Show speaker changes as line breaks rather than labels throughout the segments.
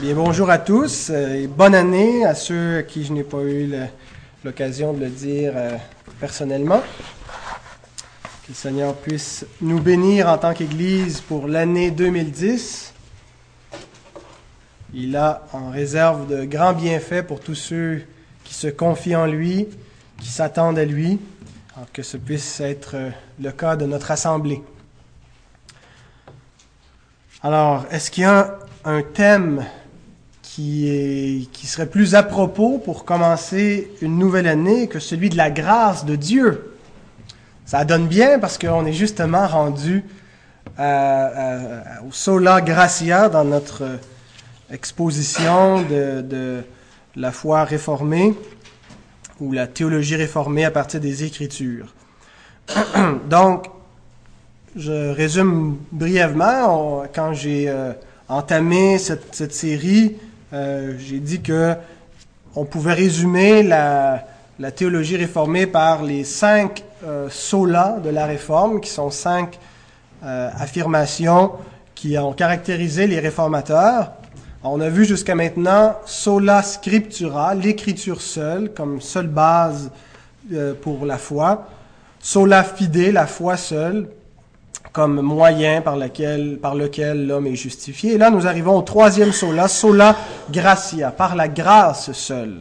Bien, bonjour à tous et bonne année à ceux à qui je n'ai pas eu l'occasion de le dire personnellement. Que le Seigneur puisse nous bénir en tant qu'Église pour l'année 2010. Il a en réserve de grands bienfaits pour tous ceux qui se confient en lui, qui s'attendent à lui, alors que ce puisse être le cas de notre assemblée. Alors, est-ce qu'il y a un thème qui serait plus à propos pour commencer une nouvelle année que celui de la grâce de Dieu? Ça donne bien parce qu'on est justement rendu au Sola Gratia dans notre exposition de la foi réformée ou la théologie réformée à partir des Écritures. Donc, je résume brièvement. Quand j'ai entamé cette série, j'ai dit que on pouvait résumer la théologie réformée par les 5 solas de la Réforme, qui sont 5 affirmations qui ont caractérisé les réformateurs. Alors, on a vu jusqu'à maintenant sola scriptura, l'écriture seule, comme seule base pour la foi. Sola fide, la foi seule, comme moyen par lequel l'homme est justifié. Et là, nous arrivons au 3e sola, sola gratia, par la grâce seule.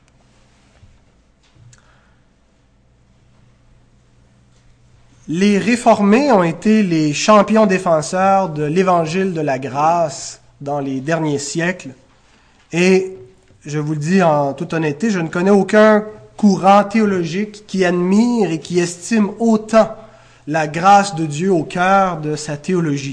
Les réformés ont été les champions défenseurs de l'évangile de la grâce dans les derniers siècles. Et je vous le dis en toute honnêteté, je ne connais aucun courant théologique qui admire et qui estime autant la grâce de Dieu au cœur de sa théologie.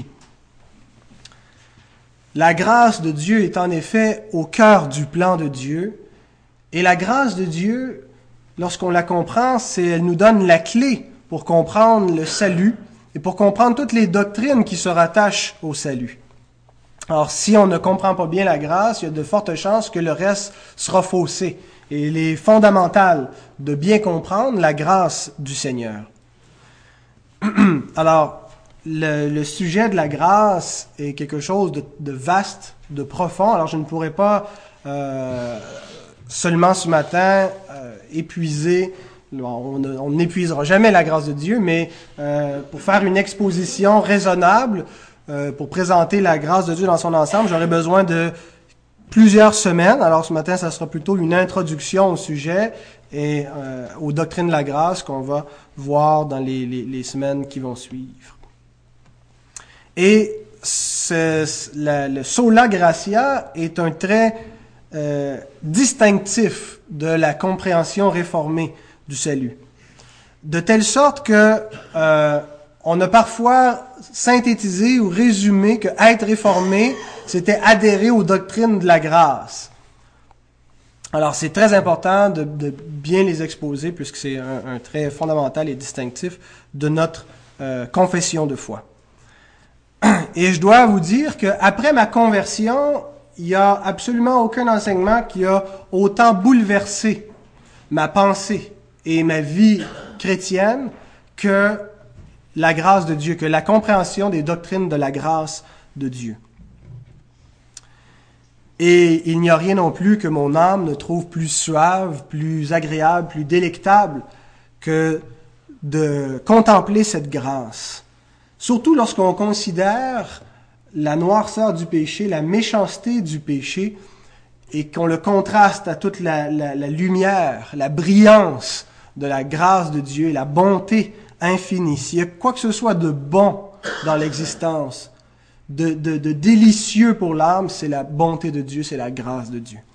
La grâce de Dieu est en effet au cœur du plan de Dieu. Et la grâce de Dieu, lorsqu'on la comprend, elle nous donne la clé pour comprendre le salut et pour comprendre toutes les doctrines qui se rattachent au salut. Alors, si on ne comprend pas bien la grâce, il y a de fortes chances que le reste sera faussé. Et il est fondamental de bien comprendre la grâce du Seigneur. Alors, le sujet de la grâce est quelque chose de vaste, de profond. Alors, je ne pourrais pas seulement ce matin épuiser, on n'épuisera jamais la grâce de Dieu, mais pour faire une exposition raisonnable, pour présenter la grâce de Dieu dans son ensemble, j'aurais besoin de plusieurs semaines. Alors, ce matin, ça sera plutôt une introduction au sujet et aux doctrines de la grâce qu'on va voir dans les semaines qui vont suivre. Et le sola gratia est un trait distinctif de la compréhension réformée du salut. De telle sorte que on a parfois synthétisé ou résumé que être réformé, c'était adhérer aux doctrines de la grâce. Alors, c'est très important de bien les exposer puisque c'est un trait fondamental et distinctif de notre confession de foi. Et je dois vous dire qu'après ma conversion, il n'y a absolument aucun enseignement qui a autant bouleversé ma pensée et ma vie chrétienne que la grâce de Dieu, que la compréhension des doctrines de la grâce de Dieu. Et il n'y a rien non plus que mon âme ne trouve plus suave, plus agréable, plus délectable que de contempler cette grâce. Surtout lorsqu'on considère la noirceur du péché, la méchanceté du péché, et qu'on le contraste à toute la lumière, la brillance de la grâce de Dieu et la bonté infinie. S'il y a quoi que ce soit de bon dans l'existence, de délicieux pour l'âme, c'est la bonté de Dieu, c'est la grâce de Dieu.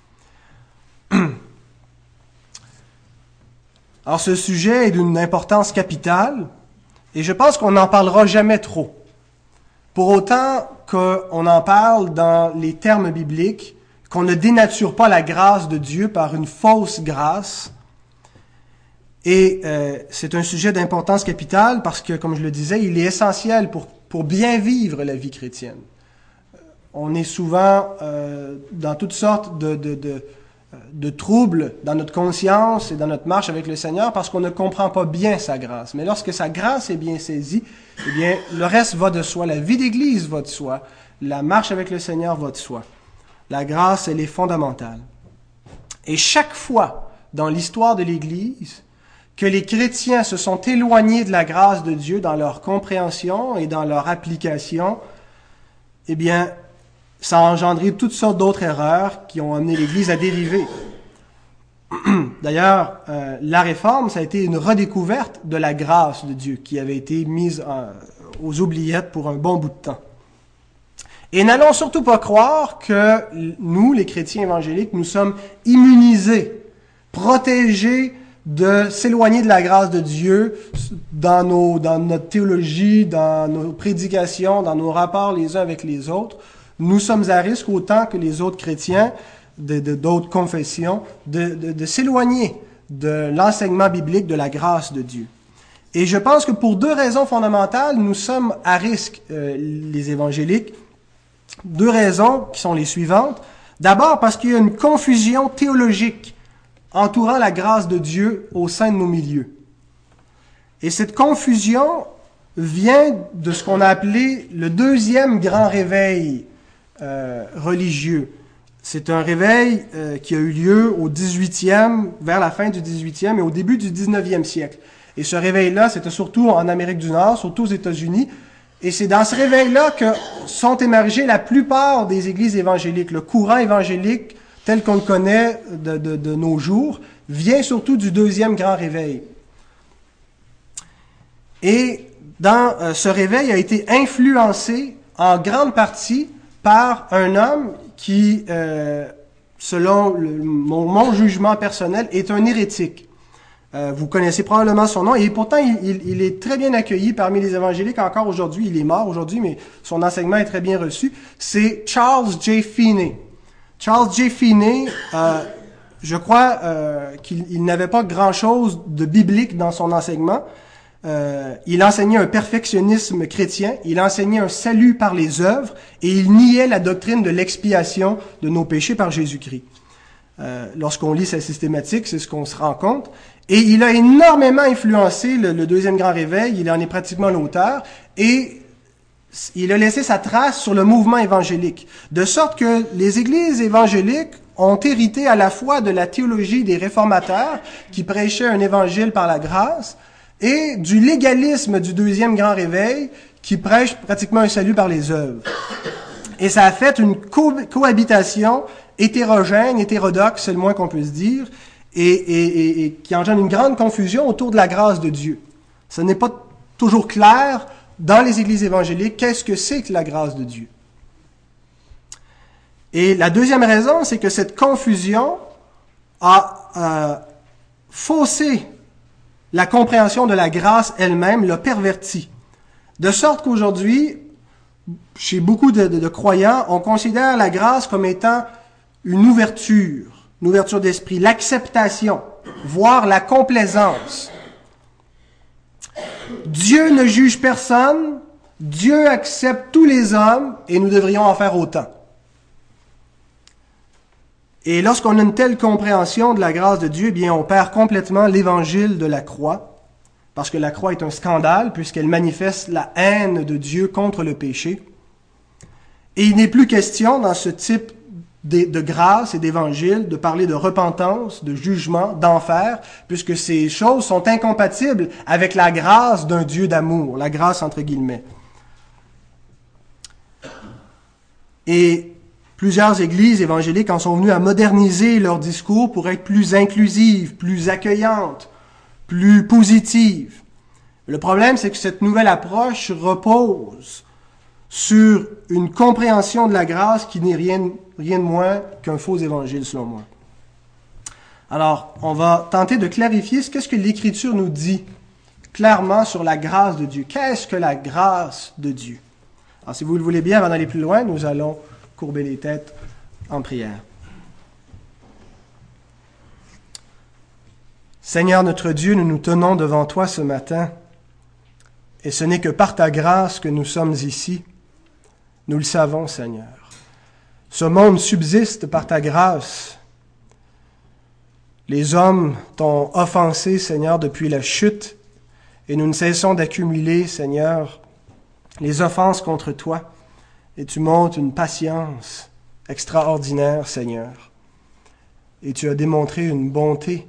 Alors, ce sujet est d'une importance capitale, et je pense qu'on n'en parlera jamais trop. Pour autant qu'on en parle dans les termes bibliques, qu'on ne dénature pas la grâce de Dieu par une fausse grâce. Et c'est un sujet d'importance capitale parce que, comme je le disais, il est essentiel pour bien vivre la vie chrétienne. On est souvent dans toutes sortes de troubles dans notre conscience et dans notre marche avec le Seigneur parce qu'on ne comprend pas bien sa grâce. Mais lorsque sa grâce est bien saisie, eh bien, le reste va de soi. La vie d'Église va de soi. La marche avec le Seigneur va de soi. La grâce, elle est fondamentale. Et chaque fois dans l'histoire de l'Église que les chrétiens se sont éloignés de la grâce de Dieu dans leur compréhension et dans leur application, eh bien, ça a engendré toutes sortes d'autres erreurs qui ont amené l'Église à dériver. D'ailleurs, la Réforme, ça a été une redécouverte de la grâce de Dieu qui avait été mise aux oubliettes pour un bon bout de temps. Et n'allons surtout pas croire que nous, les chrétiens évangéliques, nous sommes immunisés, protégés de s'éloigner de la grâce de Dieu dans notre théologie, dans nos prédications, dans nos rapports les uns avec les autres. Nous sommes à risque autant que les autres chrétiens d'autres confessions de s'éloigner de l'enseignement biblique de la grâce de Dieu. Et je pense que pour deux raisons fondamentales, nous sommes à risque, les évangéliques. Deux raisons qui sont les suivantes. D'abord parce qu'il y a une confusion théologique entourant la grâce de Dieu au sein de nos milieux. Et cette confusion vient de ce qu'on a appelé le deuxième grand réveil religieux. C'est un réveil qui a eu lieu au 18e, vers la fin du 18e et au début du 19e siècle. Et ce réveil-là, c'était surtout en Amérique du Nord, surtout aux États-Unis. Et c'est dans ce réveil-là que sont émergées la plupart des églises évangéliques. Le courant évangélique, tel qu'on le connaît de nos jours, vient surtout du deuxième grand réveil. Et dans ce réveil a été influencé en grande partie par un homme qui, selon mon jugement personnel, est un hérétique. Vous connaissez probablement son nom, et pourtant il est très bien accueilli parmi les évangéliques encore aujourd'hui. Il est mort aujourd'hui, mais son enseignement est très bien reçu. C'est Charles J. Finney. Charles J. Finney, je crois qu'il n'avait pas grand-chose de biblique dans son enseignement. Il enseignait un perfectionnisme chrétien, il enseignait un salut par les œuvres, et il niait la doctrine de l'expiation de nos péchés par Jésus-Christ. Lorsqu'on lit sa systématique, c'est ce qu'on se rend compte. Et il a énormément influencé le deuxième grand réveil, il en est pratiquement l'auteur, et il a laissé sa trace sur le mouvement évangélique. De sorte que les églises évangéliques ont hérité à la fois de la théologie des réformateurs, qui prêchaient un évangile par la grâce, et du légalisme du deuxième grand réveil, qui prêche pratiquement un salut par les œuvres. Et ça a fait une cohabitation hétérogène, hétérodoxe, c'est le moins qu'on puisse dire, et qui engendre une grande confusion autour de la grâce de Dieu. Ce n'est pas toujours clair dans les églises évangéliques qu'est-ce que c'est que la grâce de Dieu. Et la deuxième raison, c'est que cette confusion a faussé la compréhension de la grâce elle-même, l'a pervertie. De sorte qu'aujourd'hui, chez beaucoup de croyants, on considère la grâce comme étant une ouverture d'esprit, l'acceptation, voire la complaisance. Dieu ne juge personne, Dieu accepte tous les hommes et nous devrions en faire autant. Et lorsqu'on a une telle compréhension de la grâce de Dieu, eh bien, on perd complètement l'évangile de la croix, parce que la croix est un scandale, puisqu'elle manifeste la haine de Dieu contre le péché. Et il n'est plus question, dans ce type de grâce et d'évangile, de parler de repentance, de jugement, d'enfer, puisque ces choses sont incompatibles avec la grâce d'un Dieu d'amour, la grâce entre guillemets. Et plusieurs églises évangéliques en sont venues à moderniser leur discours pour être plus inclusives, plus accueillantes, plus positives. Le problème, c'est que cette nouvelle approche repose sur une compréhension de la grâce qui n'est rien de moins qu'un faux évangile, selon moi. Alors, on va tenter de clarifier qu'est-ce que l'Écriture nous dit clairement sur la grâce de Dieu. Qu'est-ce que la grâce de Dieu? Alors, si vous le voulez bien, avant d'aller plus loin, nous allons courber les têtes en prière. Seigneur notre Dieu, nous nous tenons devant toi ce matin, et ce n'est que par ta grâce que nous sommes ici. Nous le savons, Seigneur. Ce monde subsiste par ta grâce. Les hommes t'ont offensé, Seigneur, depuis la chute, et nous ne cessons d'accumuler, Seigneur, les offenses contre toi. Et tu montres une patience extraordinaire, Seigneur. Et tu as démontré une bonté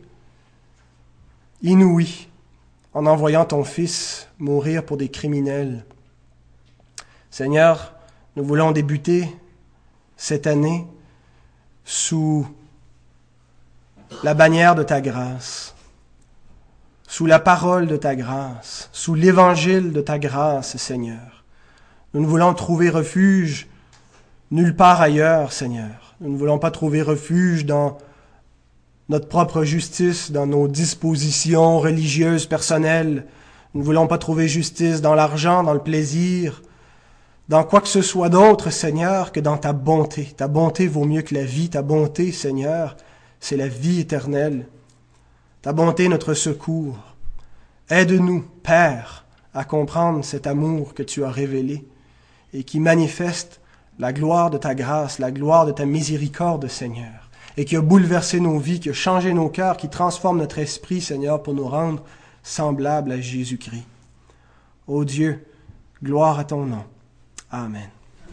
inouïe en envoyant ton Fils mourir pour des criminels. Seigneur, nous voulons débuter cette année sous la bannière de ta grâce, sous la parole de ta grâce, sous l'évangile de ta grâce, Seigneur. Nous ne voulons trouver refuge nulle part ailleurs, Seigneur. Nous ne voulons pas trouver refuge dans notre propre justice, dans nos dispositions religieuses personnelles. Nous ne voulons pas trouver justice dans l'argent, dans le plaisir, dans quoi que ce soit d'autre, Seigneur, que dans ta bonté. Ta bonté vaut mieux que la vie. Ta bonté, Seigneur, c'est la vie éternelle. Ta bonté est notre secours. Aide-nous, Père, à comprendre cet amour que tu as révélé et qui manifeste la gloire de ta grâce, la gloire de ta miséricorde, Seigneur, et qui a bouleversé nos vies, qui a changé nos cœurs, qui transforme notre esprit, Seigneur, pour nous rendre semblables à Jésus-Christ. Ô Dieu, gloire à ton nom. Amen.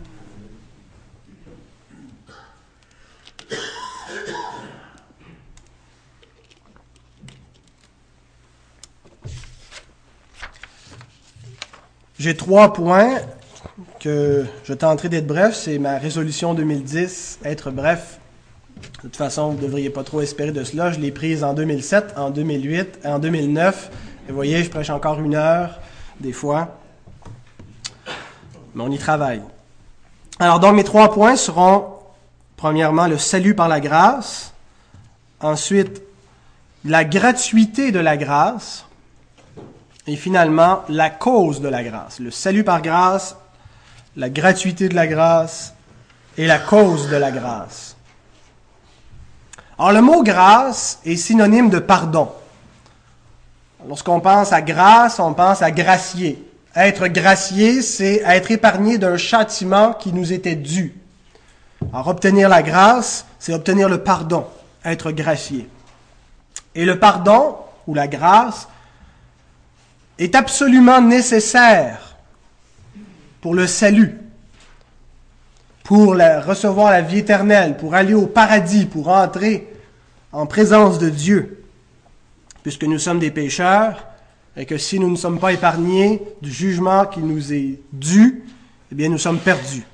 J'ai 3 points que je tenterai d'être bref. C'est ma résolution 2010, être bref. De toute façon, vous ne devriez pas trop espérer de cela. Je l'ai prise en 2007, en 2008, en 2009. Et vous voyez, je prêche encore 1 heure, des fois. Mais on y travaille. Alors, donc, mes 3 points seront, premièrement, le salut par la grâce. Ensuite, la gratuité de la grâce. Et finalement, la cause de la grâce. Le salut par grâce, la gratuité de la grâce et la cause de la grâce. Alors, le mot grâce est synonyme de pardon. Lorsqu'on pense à grâce, on pense à gracier. Être gracié, c'est être épargné d'un châtiment qui nous était dû. Alors, obtenir la grâce, c'est obtenir le pardon, être gracié. Et le pardon, ou la grâce, est absolument nécessaire pour le salut, pour recevoir la vie éternelle, pour aller au paradis, pour entrer en présence de Dieu, puisque nous sommes des pécheurs, et que si nous ne sommes pas épargnés du jugement qui nous est dû, eh bien nous sommes perdus.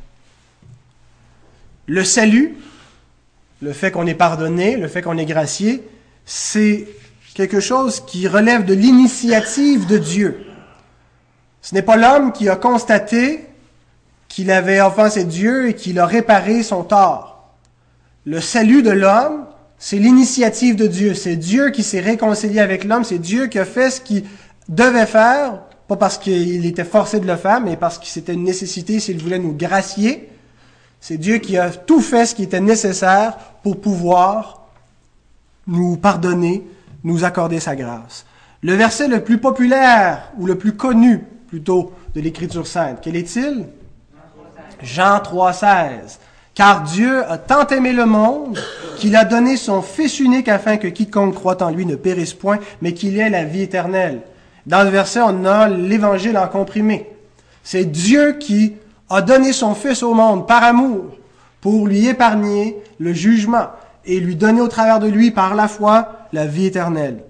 Le salut, le fait qu'on est pardonné, le fait qu'on est gracié, c'est quelque chose qui relève de l'initiative de Dieu. Ce n'est pas l'homme qui a constaté qu'il avait offensé Dieu et qu'il a réparé son tort. Le salut de l'homme, c'est l'initiative de Dieu. C'est Dieu qui s'est réconcilié avec l'homme. C'est Dieu qui a fait ce qu'il devait faire, pas parce qu'il était forcé de le faire, mais parce que c'était une nécessité s'il voulait nous gracier. C'est Dieu qui a tout fait ce qui était nécessaire pour pouvoir nous pardonner, nous accorder sa grâce. Le verset le plus populaire, ou le plus connu, plutôt, de l'Écriture sainte, quel est-il? Jean 3,16. Car Dieu a tant aimé le monde qu'il a donné son Fils unique afin que quiconque croit en lui ne périsse point, mais qu'il ait la vie éternelle. Dans le verset, on a l'Évangile en comprimé. C'est Dieu qui a donné son Fils au monde par amour pour lui épargner le jugement et lui donner au travers de lui, par la foi, la vie éternelle.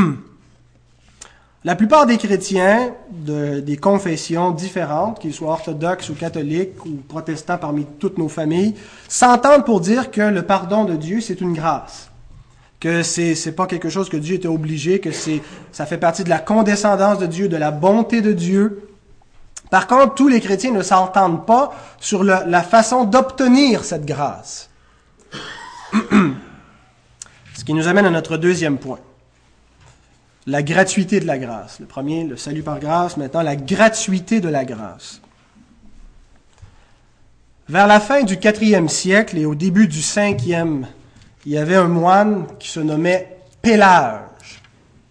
La plupart des chrétiens des confessions différentes, qu'ils soient orthodoxes ou catholiques ou protestants parmi toutes nos familles, s'entendent pour dire que le pardon de Dieu, c'est une grâce. Que c'est pas quelque chose que Dieu était obligé, que ça fait partie de la condescendance de Dieu, de la bonté de Dieu. Par contre, tous les chrétiens ne s'entendent pas sur la façon d'obtenir cette grâce. Ce qui nous amène à notre deuxième point. La gratuité de la grâce. Le premier, le salut par grâce. Maintenant, la gratuité de la grâce. Vers la fin du 4e siècle et au début du 5e, il y avait un moine qui se nommait Pélage.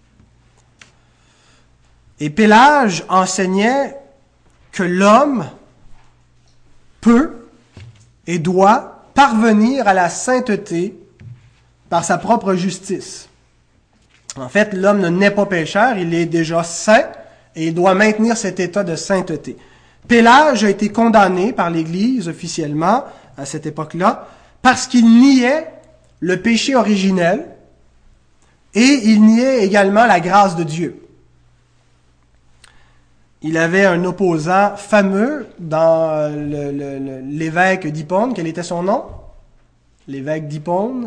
Et Pélage enseignait que l'homme peut et doit parvenir à la sainteté par sa propre justice. En fait, l'homme ne naît pas pécheur, il est déjà saint et il doit maintenir cet état de sainteté. Pélage a été condamné par l'Église officiellement à cette époque-là parce qu'il niait le péché originel et il niait également la grâce de Dieu. Il avait un opposant fameux dans l'évêque d'Hippone. Quel était son nom? L'évêque d'Hippone?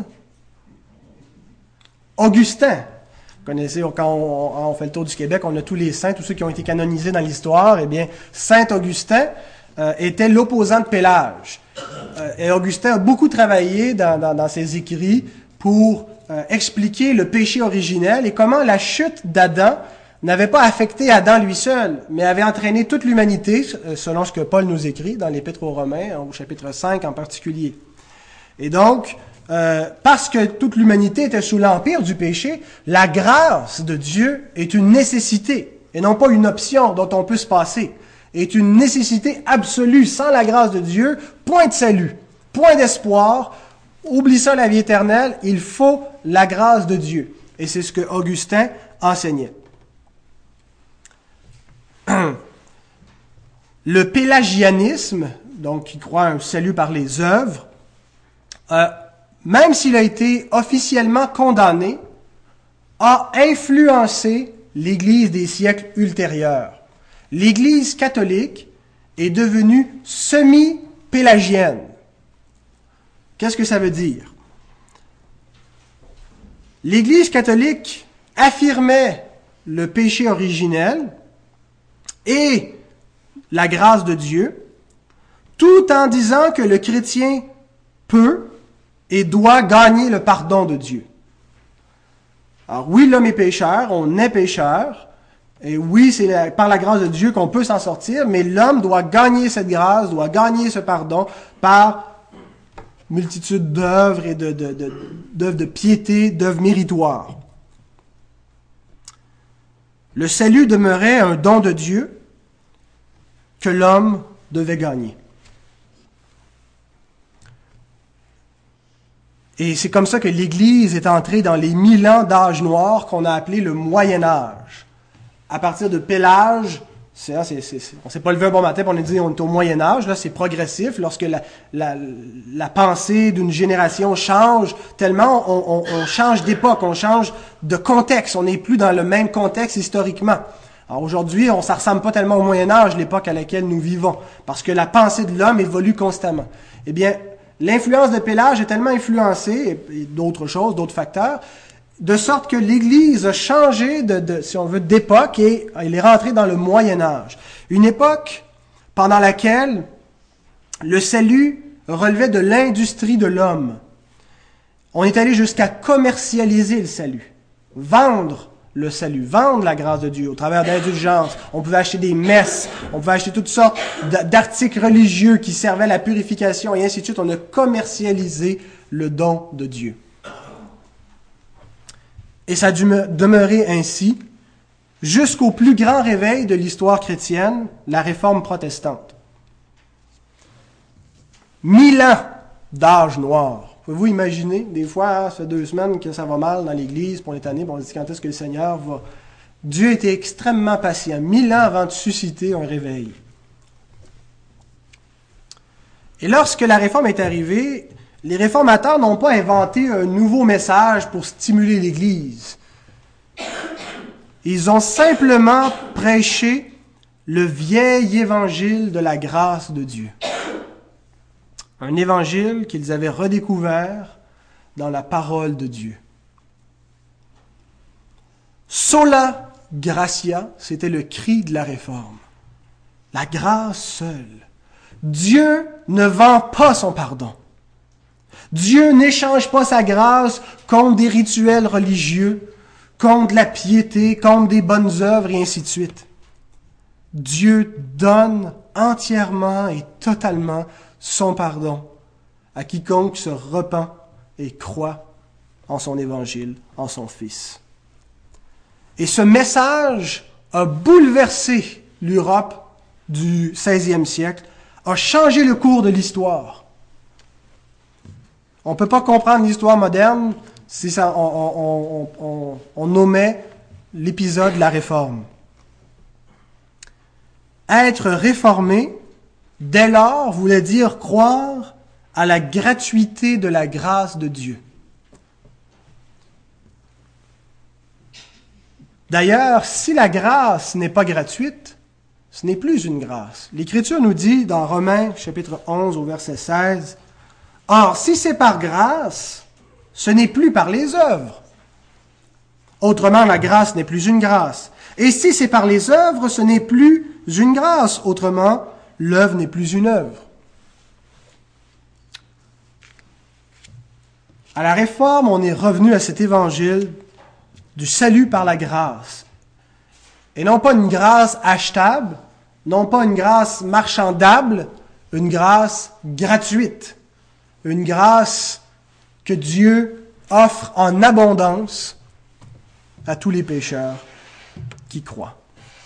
Augustin. Vous connaissez, quand on fait le tour du Québec, on a tous les saints, tous ceux qui ont été canonisés dans l'histoire. Eh bien, Saint Augustin était l'opposant de Pélage. Et Augustin a beaucoup travaillé dans ses écrits pour expliquer le péché originel et comment la chute d'Adam n'avait pas affecté Adam lui seul, mais avait entraîné toute l'humanité, selon ce que Paul nous écrit dans l'Épître aux Romains, au chapitre 5 en particulier. Et donc, parce que toute l'humanité était sous l'empire du péché, la grâce de Dieu est une nécessité, et non pas une option dont on peut se passer. Est une nécessité absolue. Sans la grâce de Dieu, point de salut, point d'espoir. Oublie ça, la vie éternelle, il faut la grâce de Dieu. Et c'est ce que Augustin enseignait. Le pélagianisme, donc qui croit un salut par les œuvres, même s'il a été officiellement condamné, a influencé l'Église des siècles ultérieurs. L'Église catholique est devenue semi-pélagienne. Qu'est-ce que ça veut dire? L'Église catholique affirmait le péché originel et la grâce de Dieu, tout en disant que le chrétien peut et doit gagner le pardon de Dieu. Alors oui, l'homme est pécheur, on est pécheur, et oui, c'est par la grâce de Dieu qu'on peut s'en sortir, mais l'homme doit gagner cette grâce, doit gagner ce pardon par multitude d'œuvres et d'œuvres de piété, d'œuvres méritoires. Le salut demeurait un don de Dieu que l'homme devait gagner. Et c'est comme ça que l'Église est entrée dans les 1000 ans d'âge noir qu'on a appelé le Moyen Âge. À partir de Pélage, on ne s'est pas levé un bon matin et on a dit on est au Moyen Âge. Là, c'est progressif. Lorsque la pensée d'une génération change, tellement on change d'époque, on change de contexte. On n'est plus dans le même contexte historiquement. Alors aujourd'hui, ça ne ressemble pas tellement au Moyen Âge, l'époque à laquelle nous vivons, parce que la pensée de l'homme évolue constamment. Eh bien, l'influence de Pélage est tellement influencée, et d'autres choses, d'autres facteurs, de sorte que l'Église a changé si on veut, d'époque et elle est rentrée dans le Moyen Âge. Une époque pendant laquelle le salut relevait de l'industrie de l'homme. On est allé jusqu'à commercialiser le salut, vendre le salut, vendre la grâce de Dieu au travers d'indulgences. On pouvait acheter des messes, on pouvait acheter toutes sortes d'articles religieux qui servaient à la purification et ainsi de suite. On a commercialisé le don de Dieu. Et ça a demeuré ainsi jusqu'au plus grand réveil de l'histoire chrétienne, la Réforme protestante. 1000 ans d'âge noir. Pouvez-vous imaginer, des fois, ça fait 2 semaines que ça va mal dans l'Église, puis on est tanné, on se dit quand est-ce que le Seigneur va... Dieu était extrêmement patient, 1000 ans avant de susciter un réveil. Et lorsque la Réforme est arrivée, les réformateurs n'ont pas inventé un nouveau message pour stimuler l'Église. Ils ont simplement prêché le vieil évangile de la grâce de Dieu. Un évangile qu'ils avaient redécouvert dans la parole de Dieu. Sola gratia, c'était le cri de la Réforme. La grâce seule. Dieu ne vend pas son pardon. Dieu n'échange pas sa grâce contre des rituels religieux, contre la piété, contre des bonnes œuvres et ainsi de suite. Dieu donne entièrement et totalement son pardon à quiconque se repent et croit en son évangile, en son Fils. Et ce message a bouleversé l'Europe du XVIe siècle, a changé le cours de l'histoire. On ne peut pas comprendre l'histoire moderne si on omet l'épisode de la Réforme. Être réformé, dès lors, voulait dire croire à la gratuité de la grâce de Dieu. D'ailleurs, si la grâce n'est pas gratuite, ce n'est plus une grâce. L'Écriture nous dit dans Romains chapitre 11 au verset 16, « Or, si c'est par grâce, ce n'est plus par les œuvres. Autrement, la grâce n'est plus une grâce. Et si c'est par les œuvres, ce n'est plus une grâce. Autrement, l'œuvre n'est plus une œuvre. » À la Réforme, on est revenu à cet évangile du salut par la grâce. Et non pas une grâce achetable, non pas une grâce marchandable, une grâce gratuite. Une grâce que Dieu offre en abondance à tous les pécheurs qui croient.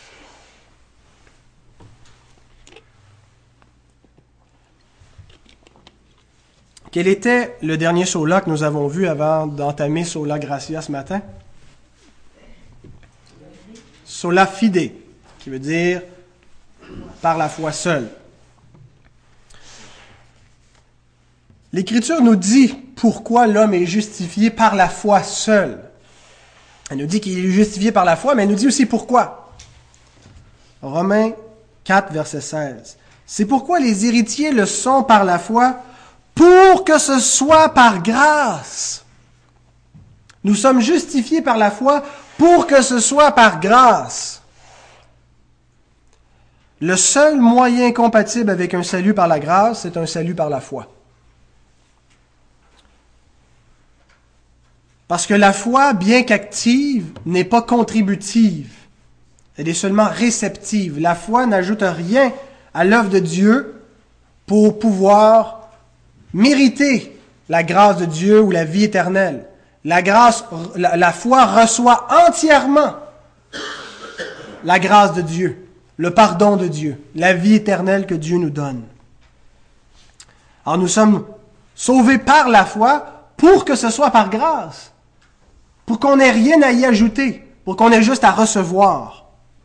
Quel était le dernier sola que nous avons vu avant d'entamer Sola Gratia ce matin? Sola fide, qui veut dire par la foi seule. L'Écriture nous dit pourquoi l'homme est justifié par la foi seule. Elle nous dit qu'il est justifié par la foi, mais elle nous dit aussi pourquoi. Romains 4, verset 16. C'est pourquoi les héritiers le sont par la foi, pour que ce soit par grâce. Nous sommes justifiés par la foi pour que ce soit par grâce. Le seul moyen compatible avec un salut par la grâce, c'est un salut par la foi. Parce que la foi, bien qu'active, n'est pas contributive. Elle est seulement réceptive. La foi n'ajoute rien à l'œuvre de Dieu pour pouvoir mériter la grâce de Dieu ou la vie éternelle. La foi reçoit entièrement la grâce de Dieu, le pardon de Dieu, la vie éternelle que Dieu nous donne. Alors nous sommes sauvés par la foi pour que ce soit par grâce, pour qu'on n'ait rien à y ajouter, pour qu'on ait juste à recevoir.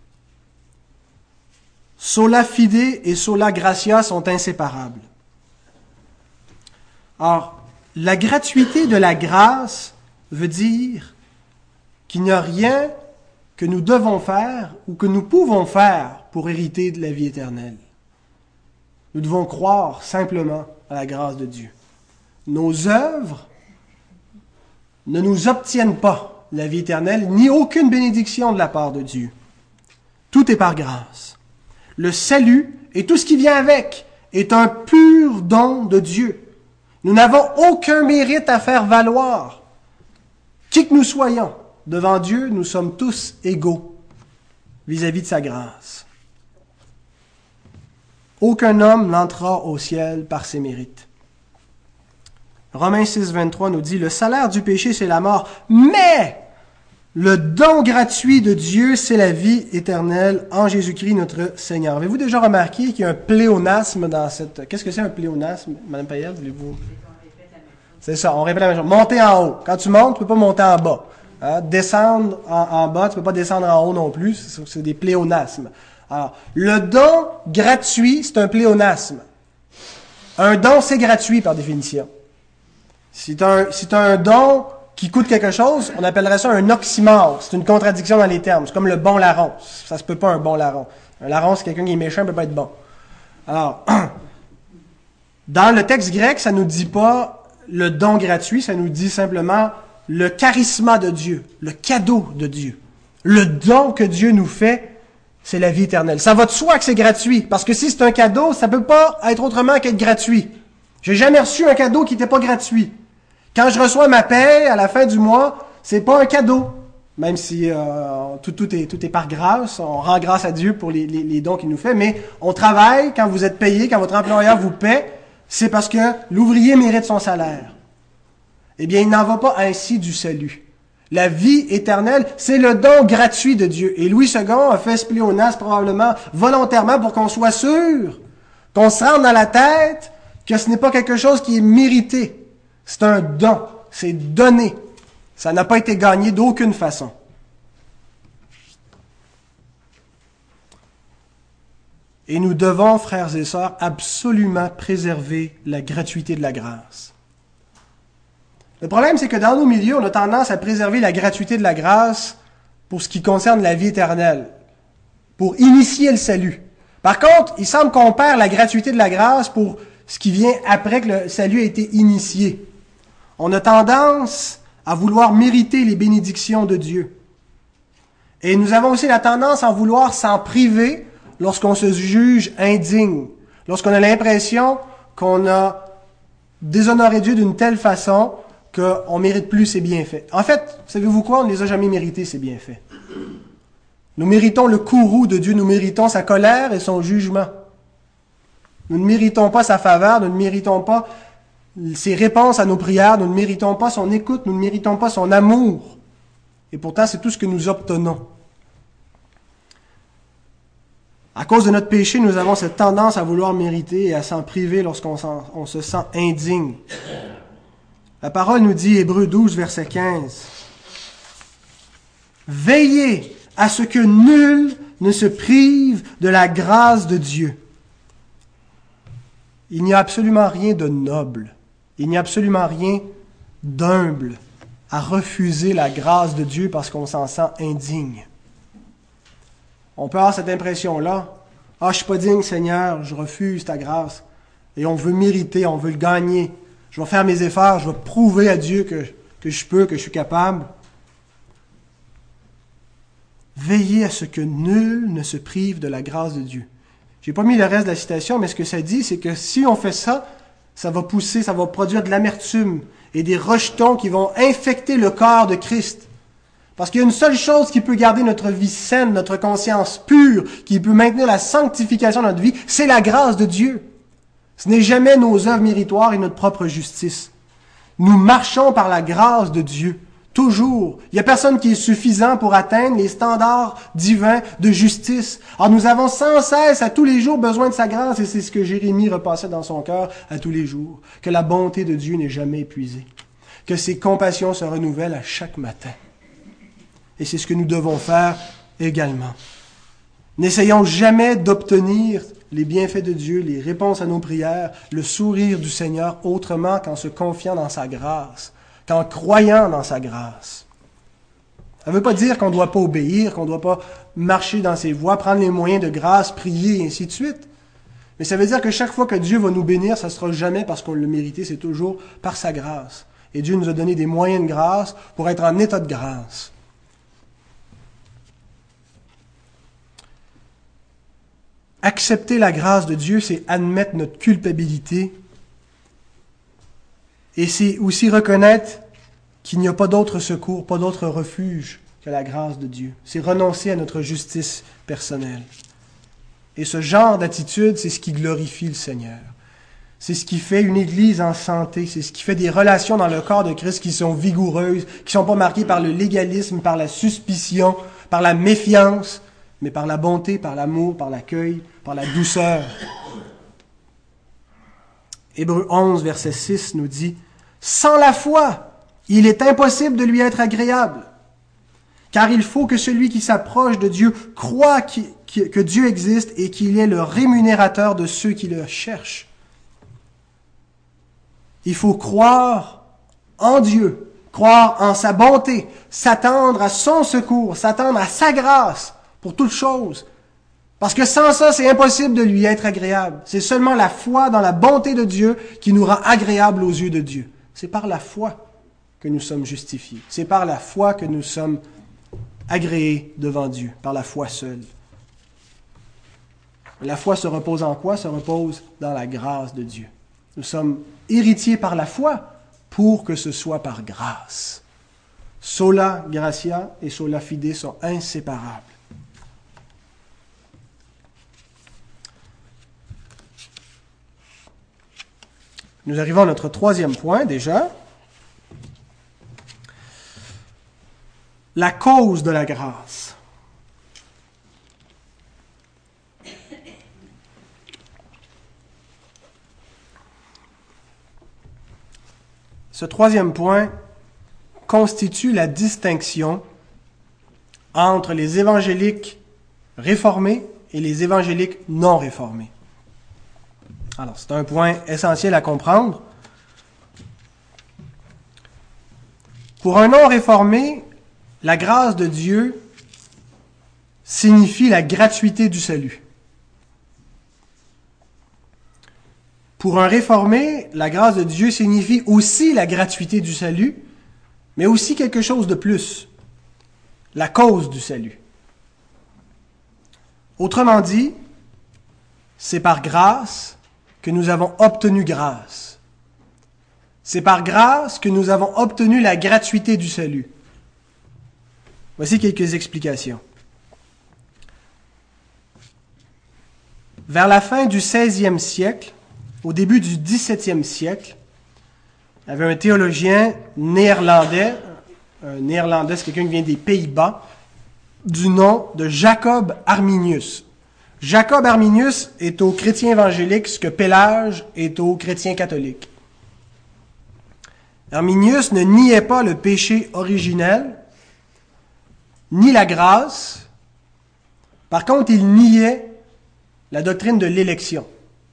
Sola fide et sola gratia sont inséparables. Or, la gratuité de la grâce veut dire qu'il n'y a rien que nous devons faire ou que nous pouvons faire pour hériter de la vie éternelle. Nous devons croire simplement à la grâce de Dieu. Nos œuvres ne nous obtiennent pas la vie éternelle, ni aucune bénédiction de la part de Dieu. Tout est par grâce. Le salut et tout ce qui vient avec est un pur don de Dieu. Nous n'avons aucun mérite à faire valoir. Qui que nous soyons, devant Dieu, nous sommes tous égaux vis-à-vis de sa grâce. Aucun homme n'entrera au ciel par ses mérites. Romains 6, 23 nous dit, « Le salaire du péché, c'est la mort, mais le don gratuit de Dieu, c'est la vie éternelle en Jésus-Christ, notre Seigneur. » Avez-vous déjà remarqué qu'il y a un pléonasme dans cette... Qu'est-ce que c'est un pléonasme, Mme Payette, voulez-vous... C'est ça, on répète la même chose. Monter en haut. Quand tu montes, tu ne peux pas monter en bas. Hein? Descendre en bas, tu ne peux pas descendre en haut non plus. C'est des pléonasmes. Alors, le don gratuit, c'est un pléonasme. Un don, c'est gratuit par définition. Si tu as un don qui coûte quelque chose, on appellerait ça un oxymore. C'est une contradiction dans les termes. C'est comme le bon larron. Ça se peut pas, un bon larron. Un larron, c'est quelqu'un qui est méchant, il ne peut pas être bon. Alors, dans le texte grec, ça ne nous dit pas le don gratuit, ça nous dit simplement le charisma de Dieu, le cadeau de Dieu. Le don que Dieu nous fait, c'est la vie éternelle. Ça va de soi que c'est gratuit, parce que si c'est un cadeau, ça peut pas être autrement qu'être gratuit. J'ai jamais reçu un cadeau qui n'était pas gratuit. Quand je reçois ma paie à la fin du mois, c'est pas un cadeau. Même si tout est par grâce, on rend grâce à Dieu pour les dons qu'il nous fait, mais on travaille, quand vous êtes payé, quand votre employeur vous paie, c'est parce que l'ouvrier mérite son salaire. Eh bien, il n'en va pas ainsi du salut. La vie éternelle, c'est le don gratuit de Dieu. Et Louis II a fait ce pléonasme probablement volontairement pour qu'on soit sûr, qu'on se rende dans la tête que ce n'est pas quelque chose qui est mérité. C'est un don, c'est donné. Ça n'a pas été gagné d'aucune façon. Et nous devons, frères et sœurs, absolument préserver la gratuité de la grâce. Le problème, c'est que dans nos milieux, on a tendance à préserver la gratuité de la grâce pour ce qui concerne la vie éternelle, pour initier le salut. Par contre, il semble qu'on perd la gratuité de la grâce pour ce qui vient après que le salut a été initié. On a tendance à vouloir mériter les bénédictions de Dieu. Et nous avons aussi la tendance à vouloir s'en priver lorsqu'on se juge indigne, lorsqu'on a l'impression qu'on a déshonoré Dieu d'une telle façon qu'on ne mérite plus ses bienfaits. En fait, savez-vous quoi? On ne les a jamais mérités, ces bienfaits. Nous méritons le courroux de Dieu, nous méritons sa colère et son jugement. Nous ne méritons pas sa faveur, nous ne méritons pas ses réponses à nos prières, nous ne méritons pas son écoute, nous ne méritons pas son amour. Et pourtant, c'est tout ce que nous obtenons. À cause de notre péché, nous avons cette tendance à vouloir mériter et à s'en priver lorsqu'on se sent indigne. La parole nous dit, Hébreux 12, verset 15, « Veillez à ce que nul ne se prive de la grâce de Dieu. » Il n'y a absolument rien de noble, il n'y a absolument rien d'humble à refuser la grâce de Dieu parce qu'on s'en sent indigne. On peut avoir cette impression-là. « Ah, je suis pas digne, Seigneur, je refuse ta grâce. » Et on veut mériter, on veut le gagner. Je vais faire mes efforts, je vais prouver à Dieu que je peux, que je suis capable. Veillez à ce que nul ne se prive de la grâce de Dieu. J'ai pas mis le reste de la citation, mais ce que ça dit, c'est que si on fait ça, ça va pousser, ça va produire de l'amertume et des rejetons qui vont infecter le corps de Christ. Parce qu'il y a une seule chose qui peut garder notre vie saine, notre conscience pure, qui peut maintenir la sanctification de notre vie, c'est la grâce de Dieu. Ce n'est jamais nos œuvres méritoires et notre propre justice. Nous marchons par la grâce de Dieu, toujours. Il n'y a personne qui est suffisant pour atteindre les standards divins de justice. Alors nous avons sans cesse, à tous les jours, besoin de sa grâce, et c'est ce que Jérémie repassait dans son cœur à tous les jours, que la bonté de Dieu n'est jamais épuisée, que ses compassions se renouvellent à chaque matin. Et c'est ce que nous devons faire également. N'essayons jamais d'obtenir les bienfaits de Dieu, les réponses à nos prières, le sourire du Seigneur autrement qu'en se confiant dans sa grâce, qu'en croyant dans sa grâce. Ça ne veut pas dire qu'on ne doit pas obéir, qu'on ne doit pas marcher dans ses voies, prendre les moyens de grâce, prier, et ainsi de suite. Mais ça veut dire que chaque fois que Dieu va nous bénir, ça ne sera jamais parce qu'on l'a mérité, c'est toujours par sa grâce. Et Dieu nous a donné des moyens de grâce pour être en état de grâce. Accepter la grâce de Dieu, c'est admettre notre culpabilité. Et c'est aussi reconnaître qu'il n'y a pas d'autre secours, pas d'autre refuge que la grâce de Dieu. C'est renoncer à notre justice personnelle. Et ce genre d'attitude, c'est ce qui glorifie le Seigneur. C'est ce qui fait une Église en santé. C'est ce qui fait des relations dans le corps de Christ qui sont vigoureuses, qui ne sont pas marquées par le légalisme, par la suspicion, par la méfiance, mais par la bonté, par l'amour, par l'accueil, par la douceur. Hébreux 11, verset 6 nous dit « Sans la foi, il est impossible de lui être agréable, car il faut que celui qui s'approche de Dieu croit que Dieu existe et qu'il est le rémunérateur de ceux qui le cherchent. » Il faut croire en Dieu, croire en sa bonté, s'attendre à son secours, s'attendre à sa grâce pour toute chose. Parce que sans ça, c'est impossible de lui être agréable. C'est seulement la foi dans la bonté de Dieu qui nous rend agréables aux yeux de Dieu. C'est par la foi que nous sommes justifiés. C'est par la foi que nous sommes agréés devant Dieu, par la foi seule. La foi se repose en quoi? Se repose dans la grâce de Dieu. Nous sommes héritiers par la foi pour que ce soit par grâce. Sola gratia et sola fide sont inséparables. Nous arrivons à notre troisième point déjà. La cause de la grâce. Ce troisième point constitue la distinction entre les évangéliques réformés et les évangéliques non réformés. Alors, c'est un point essentiel à comprendre. Pour un non réformé, la grâce de Dieu signifie la gratuité du salut. Pour un réformé, la grâce de Dieu signifie aussi la gratuité du salut, mais aussi quelque chose de plus, la cause du salut. Autrement dit, c'est par grâce que nous avons obtenu grâce. C'est par grâce que nous avons obtenu la gratuité du salut. Voici quelques explications. Vers la fin du 16e siècle, au début du 17e siècle, il y avait un théologien néerlandais, un néerlandais, c'est quelqu'un qui vient des Pays-Bas, du nom de Jacob Arminius. Jacob Arminius est aux chrétiens évangéliques ce que Pélage est aux chrétiens catholiques. Arminius ne niait pas le péché originel, ni la grâce. Par contre, il niait la doctrine de l'élection.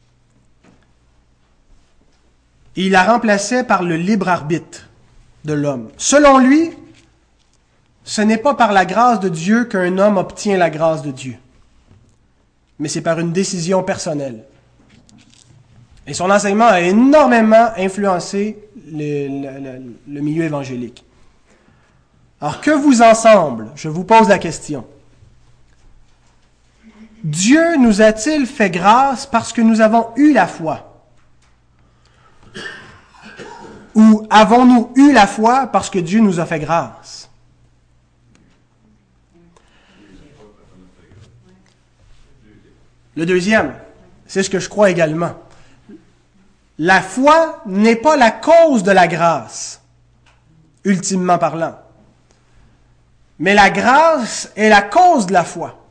Et il la remplaçait par le libre arbitre de l'homme. Selon lui, ce n'est pas par la grâce de Dieu qu'un homme obtient la grâce de Dieu, mais c'est par une décision personnelle. Et son enseignement a énormément influencé le milieu évangélique. Alors, que vous en semble? Je vous pose la question. Dieu nous a-t-il fait grâce parce que nous avons eu la foi? Ou avons-nous eu la foi parce que Dieu nous a fait grâce? Le deuxième, c'est ce que je crois également. La foi n'est pas la cause de la grâce, ultimement parlant. Mais la grâce est la cause de la foi.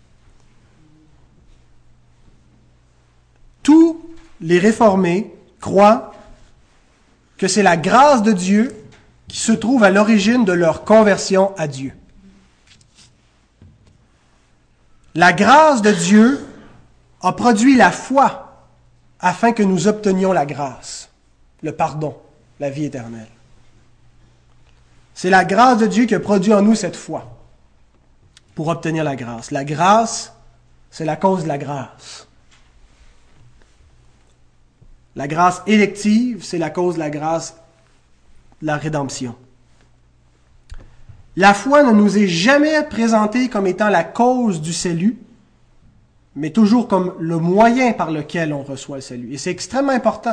Tous les réformés croient que c'est la grâce de Dieu qui se trouve à l'origine de leur conversion à Dieu. La grâce de Dieu a produit la foi afin que nous obtenions la grâce, le pardon, la vie éternelle. C'est la grâce de Dieu qui a produit en nous cette foi pour obtenir la grâce. La grâce, c'est la cause de la grâce. La grâce élective, c'est la cause de la grâce de la rédemption. La foi ne nous est jamais présentée comme étant la cause du salut, mais toujours comme le moyen par lequel on reçoit le salut. Et c'est extrêmement important.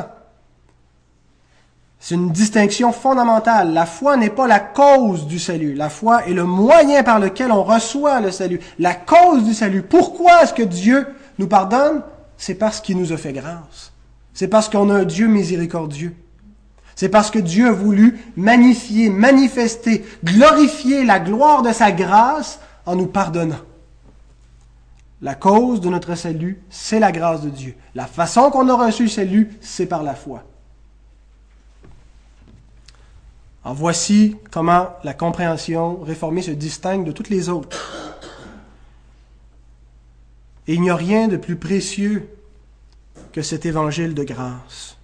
C'est une distinction fondamentale. La foi n'est pas la cause du salut. La foi est le moyen par lequel on reçoit le salut. La cause du salut. Pourquoi est-ce que Dieu nous pardonne? C'est parce qu'il nous a fait grâce. C'est parce qu'on a un Dieu miséricordieux. C'est parce que Dieu a voulu magnifier, manifester, glorifier la gloire de sa grâce en nous pardonnant. La cause de notre salut, c'est la grâce de Dieu. La façon qu'on a reçu le salut, c'est par la foi. Alors voici comment la compréhension réformée se distingue de toutes les autres. Et il n'y a rien de plus précieux que cet évangile de grâce.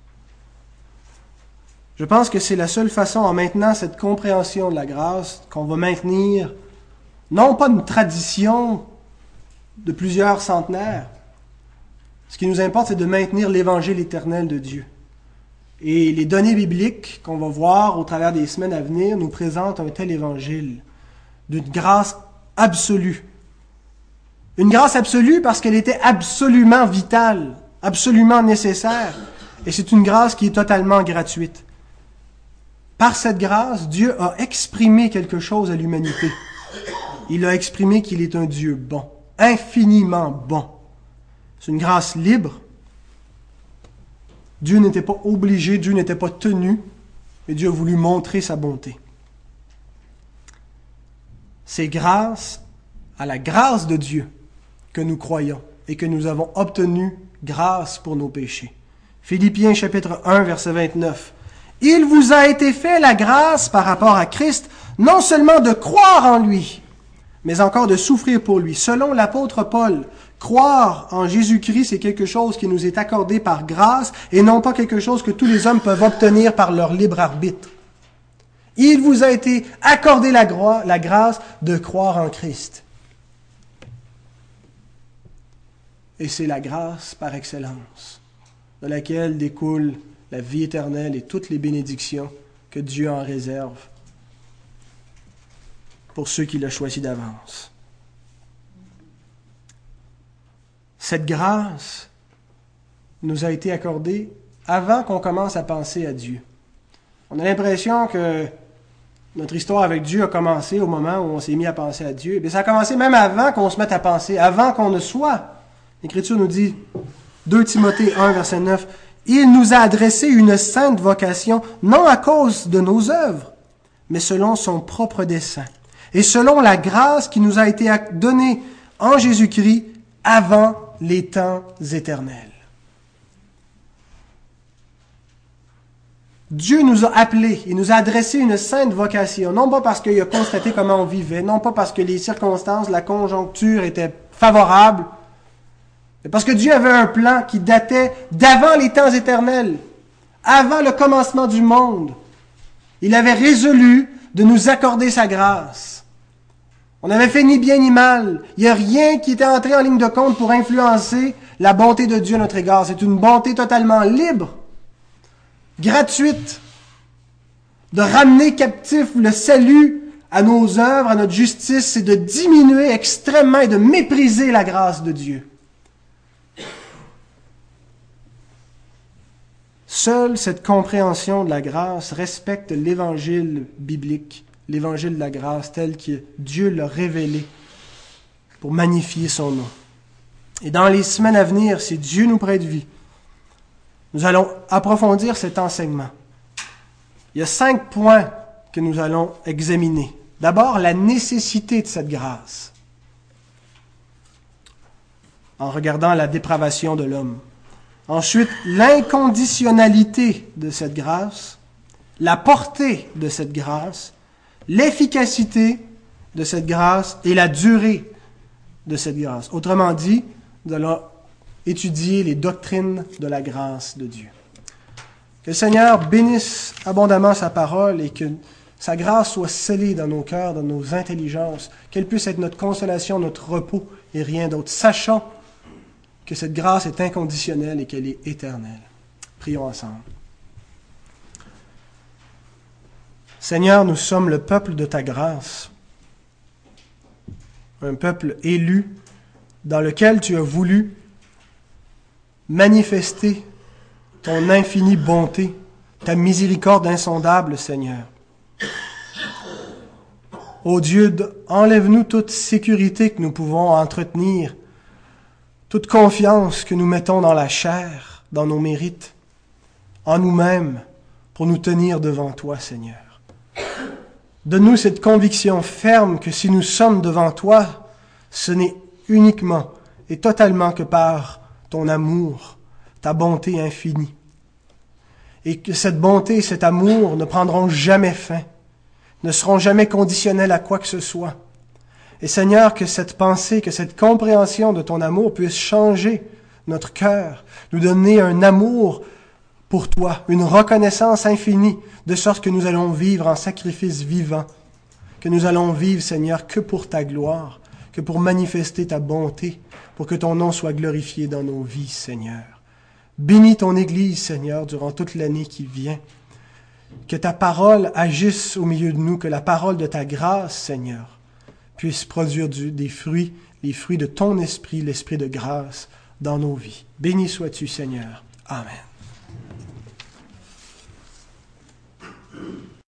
Je pense que c'est la seule façon, en maintenant cette compréhension de la grâce, qu'on va maintenir, non pas une tradition de plusieurs centenaires. Ce qui nous importe, c'est de maintenir l'évangile éternel de Dieu. Et les données bibliques qu'on va voir au travers des semaines à venir nous présentent un tel évangile, d'une grâce absolue. Une grâce absolue parce qu'elle était absolument vitale, absolument nécessaire. Et c'est une grâce qui est totalement gratuite. Par cette grâce, Dieu a exprimé quelque chose à l'humanité. Il a exprimé qu'il est un Dieu bon, infiniment bon. C'est une grâce libre. Dieu n'était pas obligé, Dieu n'était pas tenu, mais Dieu a voulu montrer sa bonté. C'est grâce à la grâce de Dieu que nous croyons et que nous avons obtenu grâce pour nos péchés. Philippiens chapitre 1, verset 29. « Il vous a été fait la grâce par rapport à Christ, non seulement de croire en lui, mais encore de souffrir pour lui. Selon l'apôtre Paul, Croire en Jésus-Christ, c'est quelque chose qui nous est accordé par grâce et non pas quelque chose que tous les hommes peuvent obtenir par leur libre arbitre. Il vous a été accordé la grâce de croire en Christ. Et c'est la grâce par excellence, de laquelle découle la vie éternelle et toutes les bénédictions que Dieu en réserve pour ceux qui l'ont choisi d'avance. Cette grâce nous a été accordée avant qu'on commence à penser à Dieu. On a l'impression que notre histoire avec Dieu a commencé au moment où on s'est mis à penser à Dieu. Mais ça a commencé même avant qu'on se mette à penser, avant qu'on ne soit. L'Écriture nous dit, 2 Timothée 1, verset 9, « Il nous a adressé une sainte vocation, non à cause de nos œuvres, mais selon son propre dessein, et selon la grâce qui nous a été donnée en Jésus-Christ avant les temps éternels. » Dieu nous a appelés, il nous a adressé une sainte vocation, non pas parce qu'il a constaté comment on vivait, non pas parce que les circonstances, la conjoncture étaient favorables, mais parce que Dieu avait un plan qui datait d'avant les temps éternels, avant le commencement du monde. Il avait résolu de nous accorder sa grâce. On n'avait fait ni bien ni mal. Il n'y a rien qui était entré en ligne de compte pour influencer la bonté de Dieu à notre égard. C'est une bonté totalement libre, gratuite, de ramener captif le salut à nos œuvres, à notre justice, c'est de diminuer extrêmement et de mépriser la grâce de Dieu. Seule cette compréhension de la grâce respecte l'évangile biblique, l'évangile de la grâce tel que Dieu l'a révélé pour magnifier son nom. Et dans les semaines à venir, si Dieu nous prête vie, nous allons approfondir cet enseignement. Il y a 5 points que nous allons examiner. D'abord, la nécessité de cette grâce, en regardant la dépravation de l'homme. Ensuite, l'inconditionnalité de cette grâce, la portée de cette grâce, l'efficacité de cette grâce et la durée de cette grâce. Autrement dit, nous allons étudier les doctrines de la grâce de Dieu. Que le Seigneur bénisse abondamment sa parole et que sa grâce soit scellée dans nos cœurs, dans nos intelligences, qu'elle puisse être notre consolation, notre repos et rien d'autre. Sachant que cette grâce est inconditionnelle et qu'elle est éternelle. Prions ensemble. Seigneur, nous sommes le peuple de ta grâce, un peuple élu dans lequel tu as voulu manifester ton infinie bonté, ta miséricorde insondable, Seigneur. Ô Dieu, enlève-nous toute sécurité que nous pouvons entretenir, toute confiance que nous mettons dans la chair, dans nos mérites, en nous-mêmes, pour nous tenir devant toi, Seigneur. Donne-nous cette conviction ferme que si nous sommes devant toi, ce n'est uniquement et totalement que par ton amour, ta bonté infinie. Et que cette bonté et cet amour ne prendront jamais fin, ne seront jamais conditionnels à quoi que ce soit. Et Seigneur, que cette pensée, que cette compréhension de ton amour puisse changer notre cœur, nous donner un amour pour toi, une reconnaissance infinie, de sorte que nous allons vivre en sacrifice vivant, que nous allons vivre, Seigneur, que pour ta gloire, que pour manifester ta bonté, pour que ton nom soit glorifié dans nos vies, Seigneur. Bénis ton Église, Seigneur, durant toute l'année qui vient. Que ta parole agisse au milieu de nous, que la parole de ta grâce, Seigneur, puisse produire des fruits, les fruits de ton esprit, l'esprit de grâce dans nos vies. Béni sois-tu, Seigneur. Amen.